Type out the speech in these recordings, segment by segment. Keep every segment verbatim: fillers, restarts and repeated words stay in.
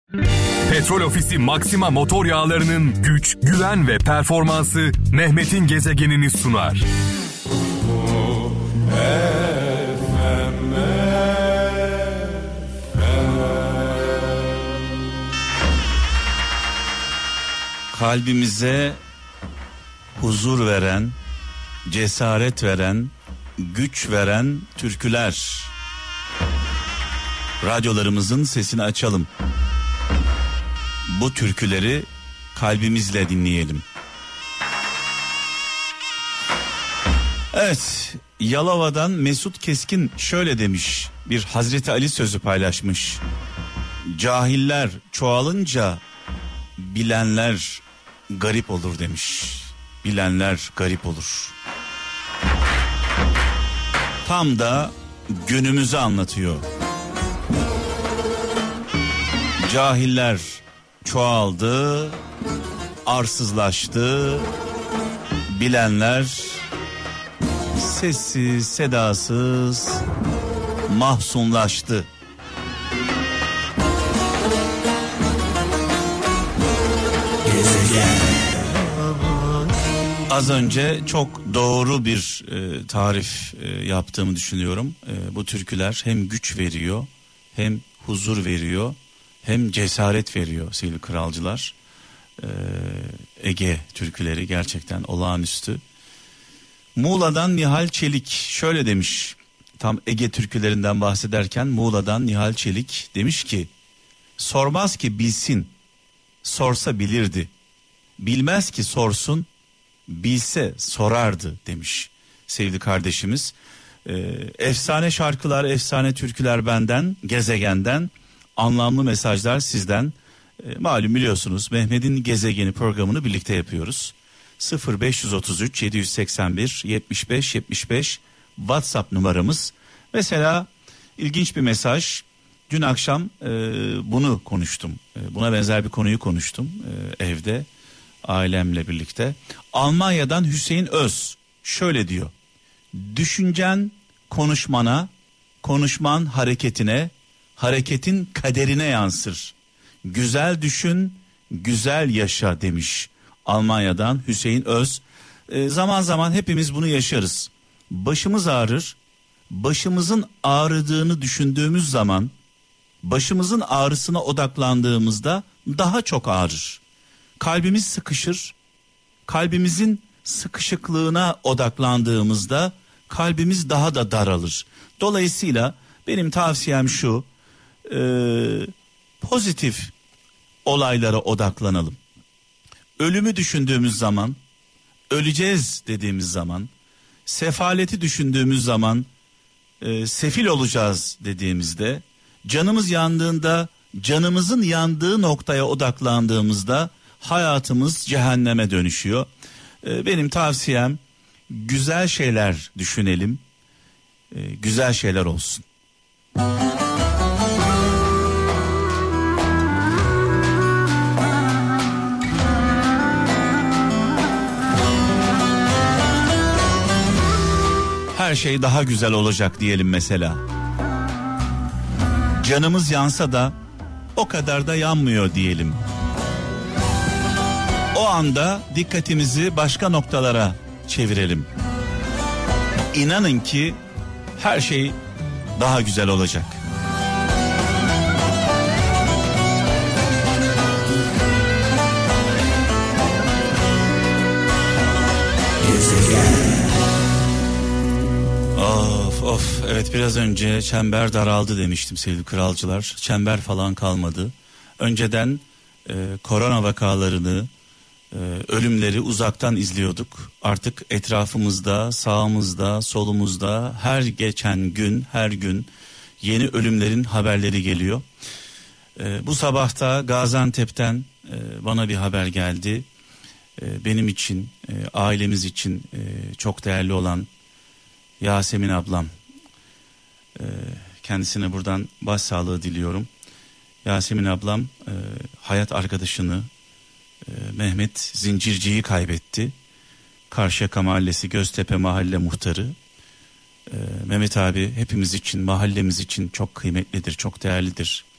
Petrol Ofisi Maxima motor yağlarının güç, güven ve performansı Mehmet'in gezegenini sunar. Kalbimize huzur veren, cesaret veren, güç veren türküler. Radyolarımızın sesini açalım. Bu türküleri kalbimizle dinleyelim. Evet, Yalova'dan Mesut Keskin şöyle demiş, bir Hazreti Ali sözü paylaşmış. Cahiller çoğalınca bilenler garip olur demiş. Bilenler garip olur. Tam da günümüzü anlatıyor. Cahiller çoğaldı, arsızlaştı, bilenler sessiz, sedasız, mahzunlaştı. Az önce çok doğru bir e, tarif e, yaptığımı düşünüyorum. E, bu türküler hem güç veriyor, hem huzur veriyor, hem cesaret veriyor sevgili kralcılar. Ee, Ege türküleri gerçekten olağanüstü. Muğla'dan Nihal Çelik şöyle demiş. Tam Ege türkülerinden bahsederken Muğla'dan Nihal Çelik demiş ki, sormaz ki bilsin, sorsa bilirdi. Bilmez ki sorsun, bilse sorardı demiş sevgili kardeşimiz. Ee, efsane şarkılar, efsane türküler benden, gezegenden. Anlamlı mesajlar sizden. E, malum biliyorsunuz Mehmet'in Gezegeni programını birlikte yapıyoruz. sıfır beş üç üç yedi seksen bir yetmiş beş yetmiş beş WhatsApp numaramız. Mesela ilginç bir mesaj. Dün akşam e, bunu konuştum. E, buna benzer bir konuyu konuştum e, evde ailemle birlikte. Almanya'dan Hüseyin Öz şöyle diyor. Düşüncen konuşmana, konuşman hareketine, hareketin kaderine yansır. Güzel düşün, güzel yaşa demiş Almanya'dan Hüseyin Öz. E, zaman zaman hepimiz bunu yaşarız. Başımız ağrır. Başımızın ağrıdığını düşündüğümüz zaman, başımızın ağrısına odaklandığımızda daha çok ağrır. Kalbimiz sıkışır. Kalbimizin sıkışıklığına odaklandığımızda kalbimiz daha da daralır. Dolayısıyla benim tavsiyem şu, e, pozitif olaylara odaklanalım. Ölümü düşündüğümüz zaman, öleceğiz dediğimiz zaman, sefaleti düşündüğümüz zaman, e, sefil olacağız dediğimizde, canımız yandığında, canımızın yandığı noktaya odaklandığımızda hayatımız cehenneme dönüşüyor. E, benim tavsiyem güzel şeyler düşünelim, e, güzel şeyler olsun. Her şey daha güzel olacak diyelim mesela. Canımız yansa da o kadar da yanmıyor diyelim. O anda dikkatimizi başka noktalara çevirelim. İnanın ki her şey daha güzel olacak. Of of, evet, biraz önce çember daraldı demiştim sevgili kralcılar. Çember falan kalmadı. Önceden e, korona vakalarını, e, ölümleri uzaktan izliyorduk. Artık etrafımızda, sağımızda, solumuzda her geçen gün, her gün yeni ölümlerin haberleri geliyor. E, bu sabahta Gaziantep'ten e, bana bir haber geldi. E, benim için, e, ailemiz için e, çok değerli olan Yasemin ablam, e, kendisine buradan başsağlığı diliyorum. Yasemin ablam e, hayat arkadaşını e, Mehmet Zincirci'yi kaybetti. Karşıyaka Mahallesi Göztepe Mahalle Muhtarı. E, Mehmet abi hepimiz için, mahallemiz için çok kıymetlidir, çok değerlidir.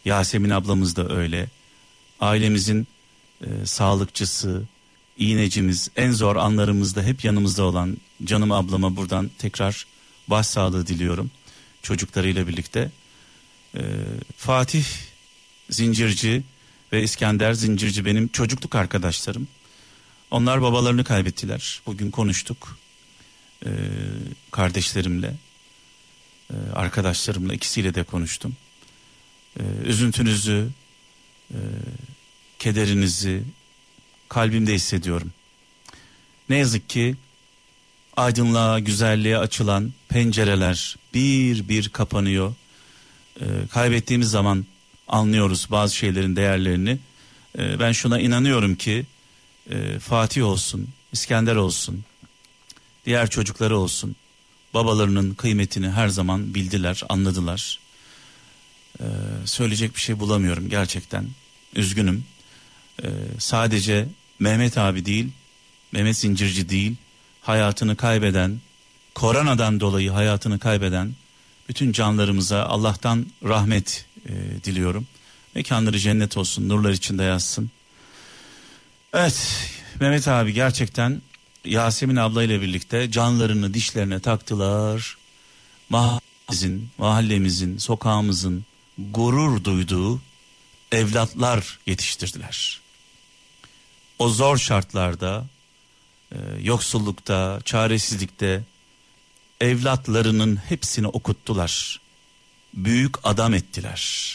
Yasemin ablamız da öyle. Ailemizin e, sağlıkçısı, iğnecimiz, en zor anlarımızda hep yanımızda olan canım ablama buradan tekrar başsağlığı diliyorum. Çocuklarıyla birlikte. E, Fatih Zincirci ve İskender Zincirci benim çocukluk arkadaşlarım. Onlar babalarını kaybettiler. Bugün konuştuk. E, kardeşlerimle, e, arkadaşlarımla, ikisiyle de konuştum. E, üzüntünüzü, e, kederinizi kalbimde hissediyorum. Ne yazık ki aydınlığa, güzelliğe açılan pencereler bir bir kapanıyor. E, kaybettiğimiz zaman anlıyoruz bazı şeylerin değerlerini. E, ben şuna inanıyorum ki e, Fatih olsun, İskender olsun, diğer çocukları olsun, babalarının kıymetini her zaman bildiler, anladılar. Ee, söyleyecek bir şey bulamıyorum gerçekten. Üzgünüm. Ee, sadece Mehmet abi değil, Mehmet Zincirci değil, hayatını kaybeden, koronadan dolayı hayatını kaybeden bütün canlarımıza Allah'tan rahmet e, diliyorum. Mekanları cennet olsun, nurlar içinde yatsın. Evet, Mehmet abi gerçekten Yasemin abla ile birlikte canlarını dişlerine taktılar. Mahallemizin, mahallemizin, sokağımızın gurur duyduğu evlatlar yetiştirdiler. O zor şartlarda, e, yoksullukta, çaresizlikte evlatlarının hepsini okuttular. Büyük adam ettiler.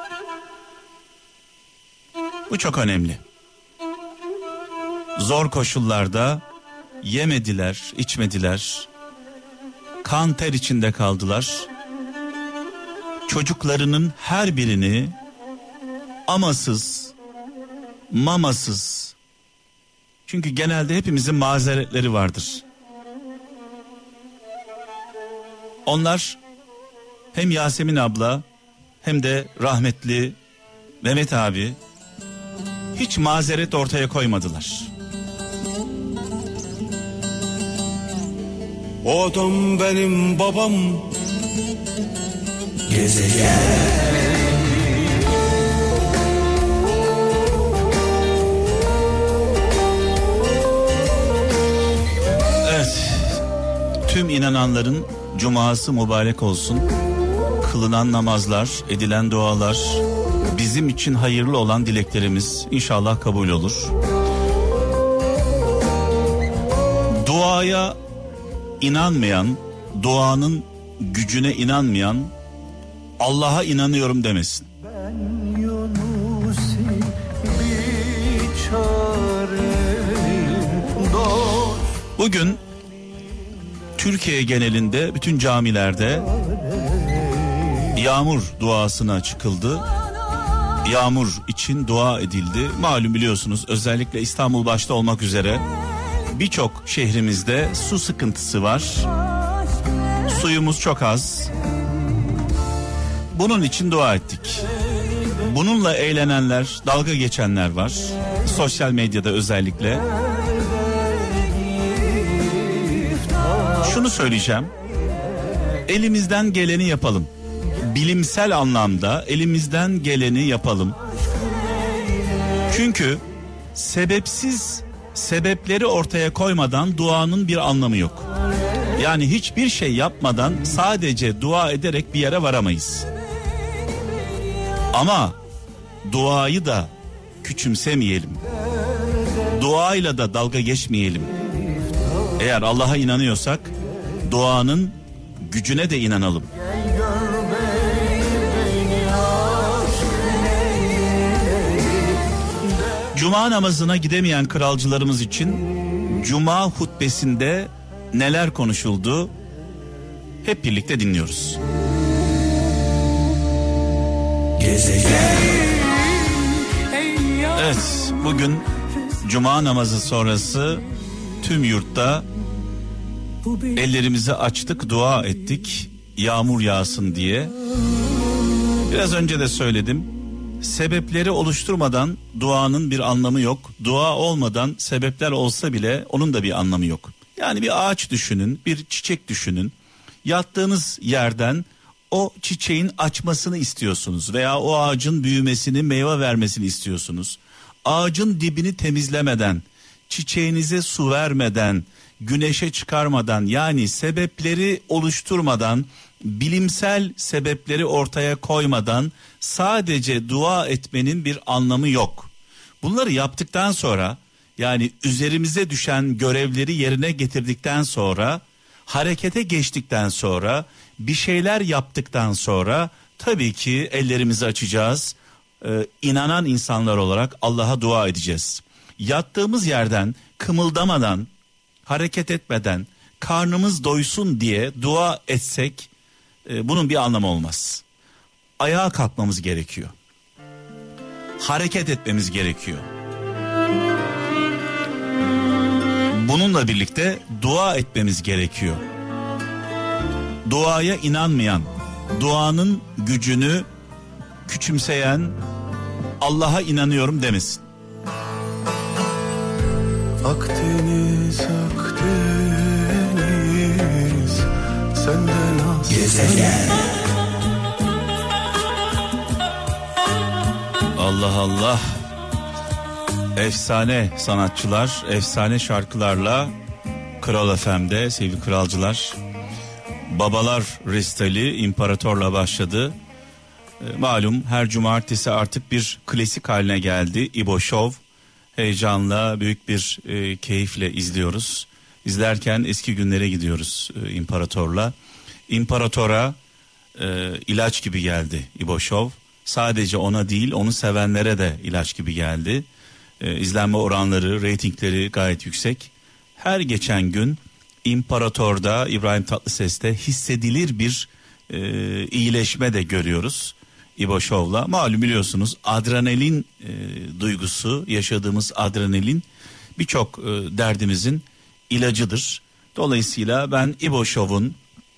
Bu çok önemli. Zor koşullarda yemediler, içmediler, kan ter içinde kaldılar. Çocuklarının her birini amasız, mamasız, çünkü genelde hepimizin mazeretleri vardır. Onlar hem Yasemin abla hem de rahmetli Mehmet abi hiç mazeret ortaya koymadılar. O adam benim babam. Gezegen. Evet, tüm inananların cuması mübarek olsun. Kılınan namazlar, edilen dualar, bizim için hayırlı olan dileklerimiz inşallah kabul olur. Duaya inanmayan, duanın gücüne inanmayan Allah'a inanıyorum demesin. Bugün Türkiye genelinde bütün camilerde yağmur duasına çıkıldı. Yağmur için dua edildi. Malum biliyorsunuz, özellikle İstanbul başta olmak üzere birçok şehrimizde su sıkıntısı var. Suyumuz çok az. Bunun için dua ettik. Bununla eğlenenler, dalga geçenler var. Sosyal medyada özellikle. Şunu söyleyeceğim. Elimizden geleni yapalım. Bilimsel anlamda elimizden geleni yapalım. Çünkü sebepsiz, sebepleri ortaya koymadan duanın bir anlamı yok. Yani hiçbir şey yapmadan sadece dua ederek bir yere varamayız. Ama duayı da küçümsemeyelim. Duayla da dalga geçmeyelim. Eğer Allah'a inanıyorsak duanın gücüne de inanalım. Cuma namazına gidemeyen kralcılarımız için Cuma hutbesinde neler konuşuldu? Hep birlikte dinliyoruz. Gezegen. Evet, bugün Cuma namazı sonrası tüm yurtta ellerimizi açtık, dua ettik, yağmur yağsın diye. Biraz önce de söyledim. Sebepleri oluşturmadan duanın bir anlamı yok. Dua olmadan sebepler olsa bile onun da bir anlamı yok. Yani bir ağaç düşünün, bir çiçek düşünün. Yattığınız yerden o çiçeğin açmasını istiyorsunuz veya o ağacın büyümesini, meyve vermesini istiyorsunuz. Ağacın dibini temizlemeden, çiçeğinize su vermeden, güneşe çıkarmadan, yani sebepleri oluşturmadan, bilimsel sebepleri ortaya koymadan sadece dua etmenin bir anlamı yok. Bunları yaptıktan sonra, yani üzerimize düşen görevleri yerine getirdikten sonra, harekete geçtikten sonra, bir şeyler yaptıktan sonra tabii ki ellerimizi açacağız. Ee, inanan insanlar olarak Allah'a dua edeceğiz. Yattığımız yerden kımıldamadan, hareket etmeden, karnımız doysun diye dua etsek e, bunun bir anlamı olmaz. Ayağa kalkmamız gerekiyor. Hareket etmemiz gerekiyor. Bununla birlikte dua etmemiz gerekiyor. Duaya inanmayan, duanın gücünü küçümseyen Allah'a inanıyorum demesin. Akdeniz, Akdeniz, senden az. Gezegen. Allah Allah. Efsane sanatçılar, efsane şarkılarla Kral F M'de sevgili kralcılar. Babalar Restali İmparator'la başladı. E, malum her cumartesi artık bir klasik haline geldi. İbo Show. Heyecanla, büyük bir e, keyifle izliyoruz. İzlerken eski günlere gidiyoruz e, İmparator'la. İmparator'a e, ilaç gibi geldi İbo Show. Sadece ona değil, onu sevenlere de ilaç gibi geldi. E, izlenme oranları, reytingleri gayet yüksek. Her geçen gün İmparator'da, İbrahim Tatlıses'te hissedilir bir e, iyileşme de görüyoruz İbo Show'la. Malum biliyorsunuz adrenalin e, duygusu, yaşadığımız adrenalin birçok e, derdimizin ilacıdır. Dolayısıyla ben İbo Show'un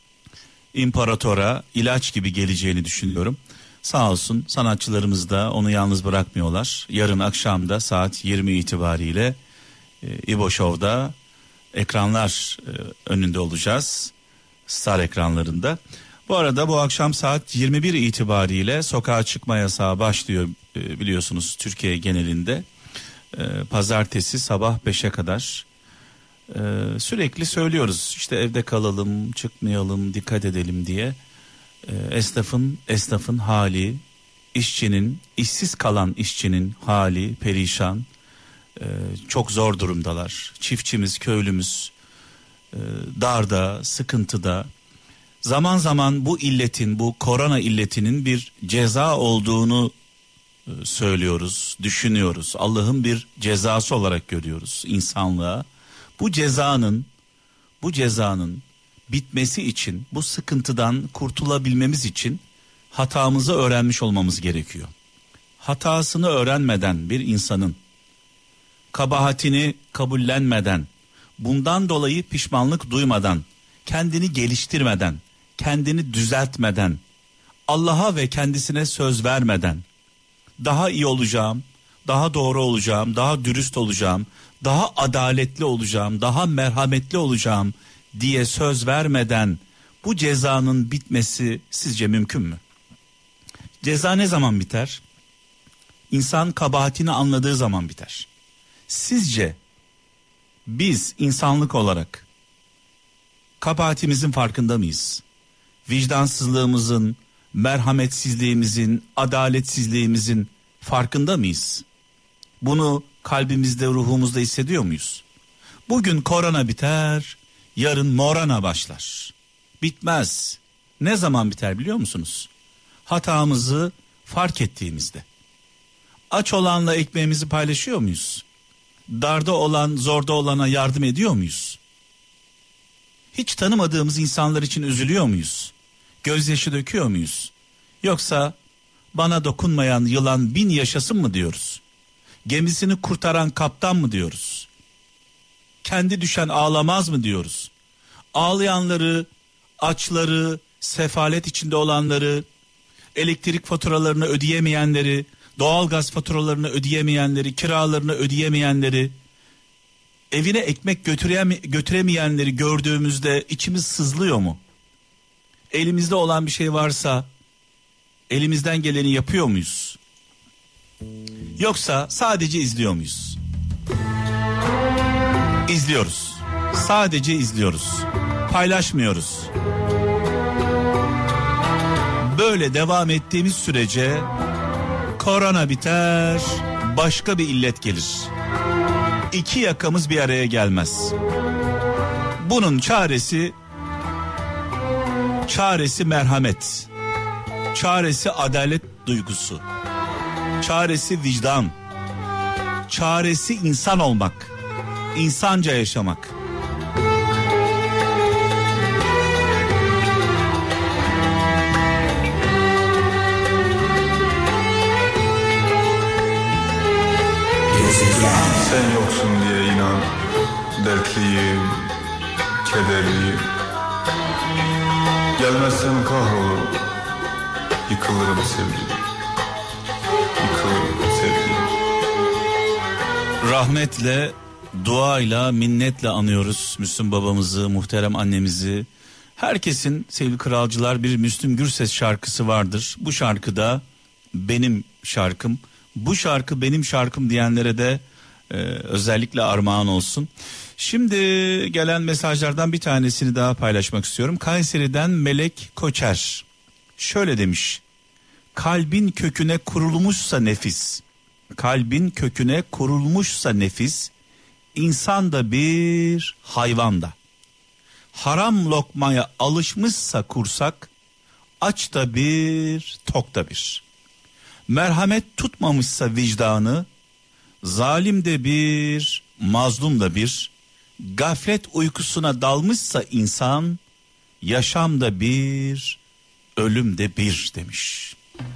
İmparator'a ilaç gibi geleceğini düşünüyorum. Sağ olsun sanatçılarımız da onu yalnız bırakmıyorlar. Yarın akşam da saat yirmi itibariyle e, İbo Show'da ekranlar e, önünde olacağız. Star ekranlarında. Bu arada bu akşam saat yirmi bir itibariyle sokağa çıkma yasağı başlıyor e, biliyorsunuz Türkiye genelinde. E, pazartesi sabah beşe kadar e, sürekli söylüyoruz işte evde kalalım, çıkmayalım, dikkat edelim diye. E, esnafın esnafın hali, işçinin, işsiz kalan işçinin hali perişan. E, çok zor durumdalar. Çiftçimiz, köylümüz e, darda, sıkıntıda. Zaman zaman bu illetin, bu korona illetinin bir ceza olduğunu e, söylüyoruz, düşünüyoruz. Allah'ın bir cezası olarak görüyoruz insanlığa. Bu cezanın, bu cezanın bitmesi için, bu sıkıntıdan kurtulabilmemiz için hatamızı öğrenmiş olmamız gerekiyor. Hatasını öğrenmeden bir insanın, kabahatini kabullenmeden, bundan dolayı pişmanlık duymadan, kendini geliştirmeden, kendini düzeltmeden, Allah'a ve kendisine söz vermeden, daha iyi olacağım, daha doğru olacağım, daha dürüst olacağım, daha adaletli olacağım, daha merhametli olacağım diye söz vermeden bu cezanın bitmesi sizce mümkün mü? Ceza ne zaman biter? İnsan kabahatini anladığı zaman biter. Sizce biz insanlık olarak kabahatimizin farkında mıyız? Vicdansızlığımızın, merhametsizliğimizin, adaletsizliğimizin farkında mıyız? Bunu kalbimizde, ruhumuzda hissediyor muyuz? Bugün korona biter, yarın morana başlar. Bitmez. Ne zaman biter biliyor musunuz? Hatamızı fark ettiğimizde. Aç olanla ekmeğimizi paylaşıyor muyuz? Darda olan, zorda olana yardım ediyor muyuz? Hiç tanımadığımız insanlar için üzülüyor muyuz? Gözyaşı döküyor muyuz? Yoksa bana dokunmayan yılan bin yaşasın mı diyoruz? Gemisini kurtaran kaptan mı diyoruz? Kendi düşen ağlamaz mı diyoruz? Ağlayanları, açları, sefalet içinde olanları, elektrik faturalarını ödeyemeyenleri, doğalgaz faturalarını ödeyemeyenleri, kiralarını ödeyemeyenleri, evine ekmek götüreme, götüremeyenleri gördüğümüzde içimiz sızlıyor mu? Elimizde olan bir şey varsa elimizden geleni yapıyor muyuz? Yoksa sadece izliyor muyuz? İzliyoruz. Sadece izliyoruz. Paylaşmıyoruz. Böyle devam ettiğimiz sürece korona biter, başka bir illet gelir. İki yakamız bir araya gelmez. Bunun çaresi çaresi merhamet. Çaresi adalet duygusu. Çaresi vicdan. Çaresi insan olmak. İnsanca yaşamak. Sen yoksun diye inan, dertliyim, kederliyim. Gelmezsen kahrolurum, yıkılırım sevgilim, yıkılırım sevgilim. Rahmetle, duayla, minnetle anıyoruz Müslüm babamızı, muhterem annemizi. Herkesin sevgili kralcılar bir Müslüm Gürses şarkısı vardır. Bu şarkıda benim şarkım, bu şarkı benim şarkım diyenlere de e, özellikle armağan olsun. Şimdi gelen mesajlardan bir tanesini daha paylaşmak istiyorum. Kayseri'den Melek Koçer şöyle demiş: kalbin köküne kurulmuşsa nefis, kalbin köküne kurulmuşsa nefis, insan da bir hayvan da. Haram lokmaya alışmışsa kursak, aç da bir, tok da bir. Merhamet tutmamışsa vicdanı, zalim de bir, mazlum da bir. Gaflet uykusuna dalmışsa insan, yaşam da bir, ölüm de bir demiş.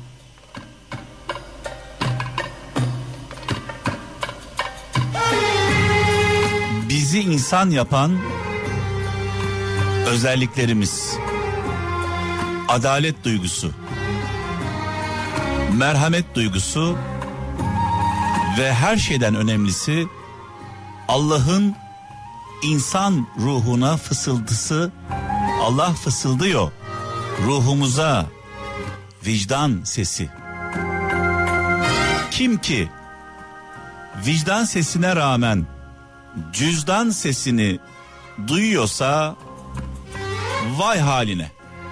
Bizi insan yapan özelliklerimiz, adalet duygusu, merhamet duygusu ve her şeyden önemlisi Allah'ın insan ruhuna fısıldısı. Allah fısıldıyor ruhumuza, vicdan sesi. Kim ki vicdan sesine rağmen cüzdan sesini duyuyorsa vay haline.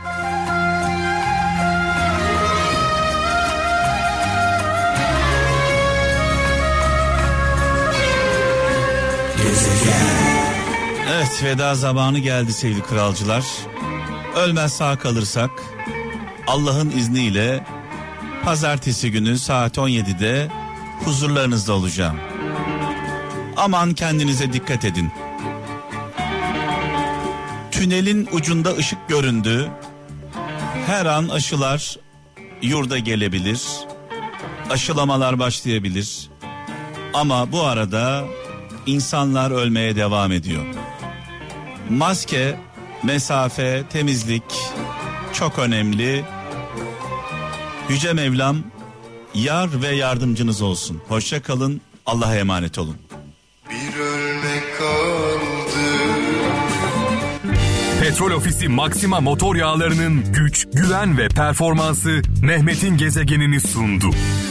Evet, veda zamanı geldi sevgili kralcılar. Ölmez sağ kalırsak Allah'ın izniyle pazartesi günü saat on yedide huzurlarınızda olacağım. Aman kendinize dikkat edin. Tünelin ucunda ışık göründü. Her an aşılar yurda gelebilir. Aşılamalar başlayabilir. Ama bu arada insanlar ölmeye devam ediyor. Maske, mesafe, temizlik çok önemli. Yüce Mevlam yar ve yardımcınız olsun. Hoşça kalın, Allah'a emanet olun. Bir ölmek kaldı. Petrol Ofisi Maxima motor yağlarının güç, güven ve performansı Mehmet'in gezegenini sundu.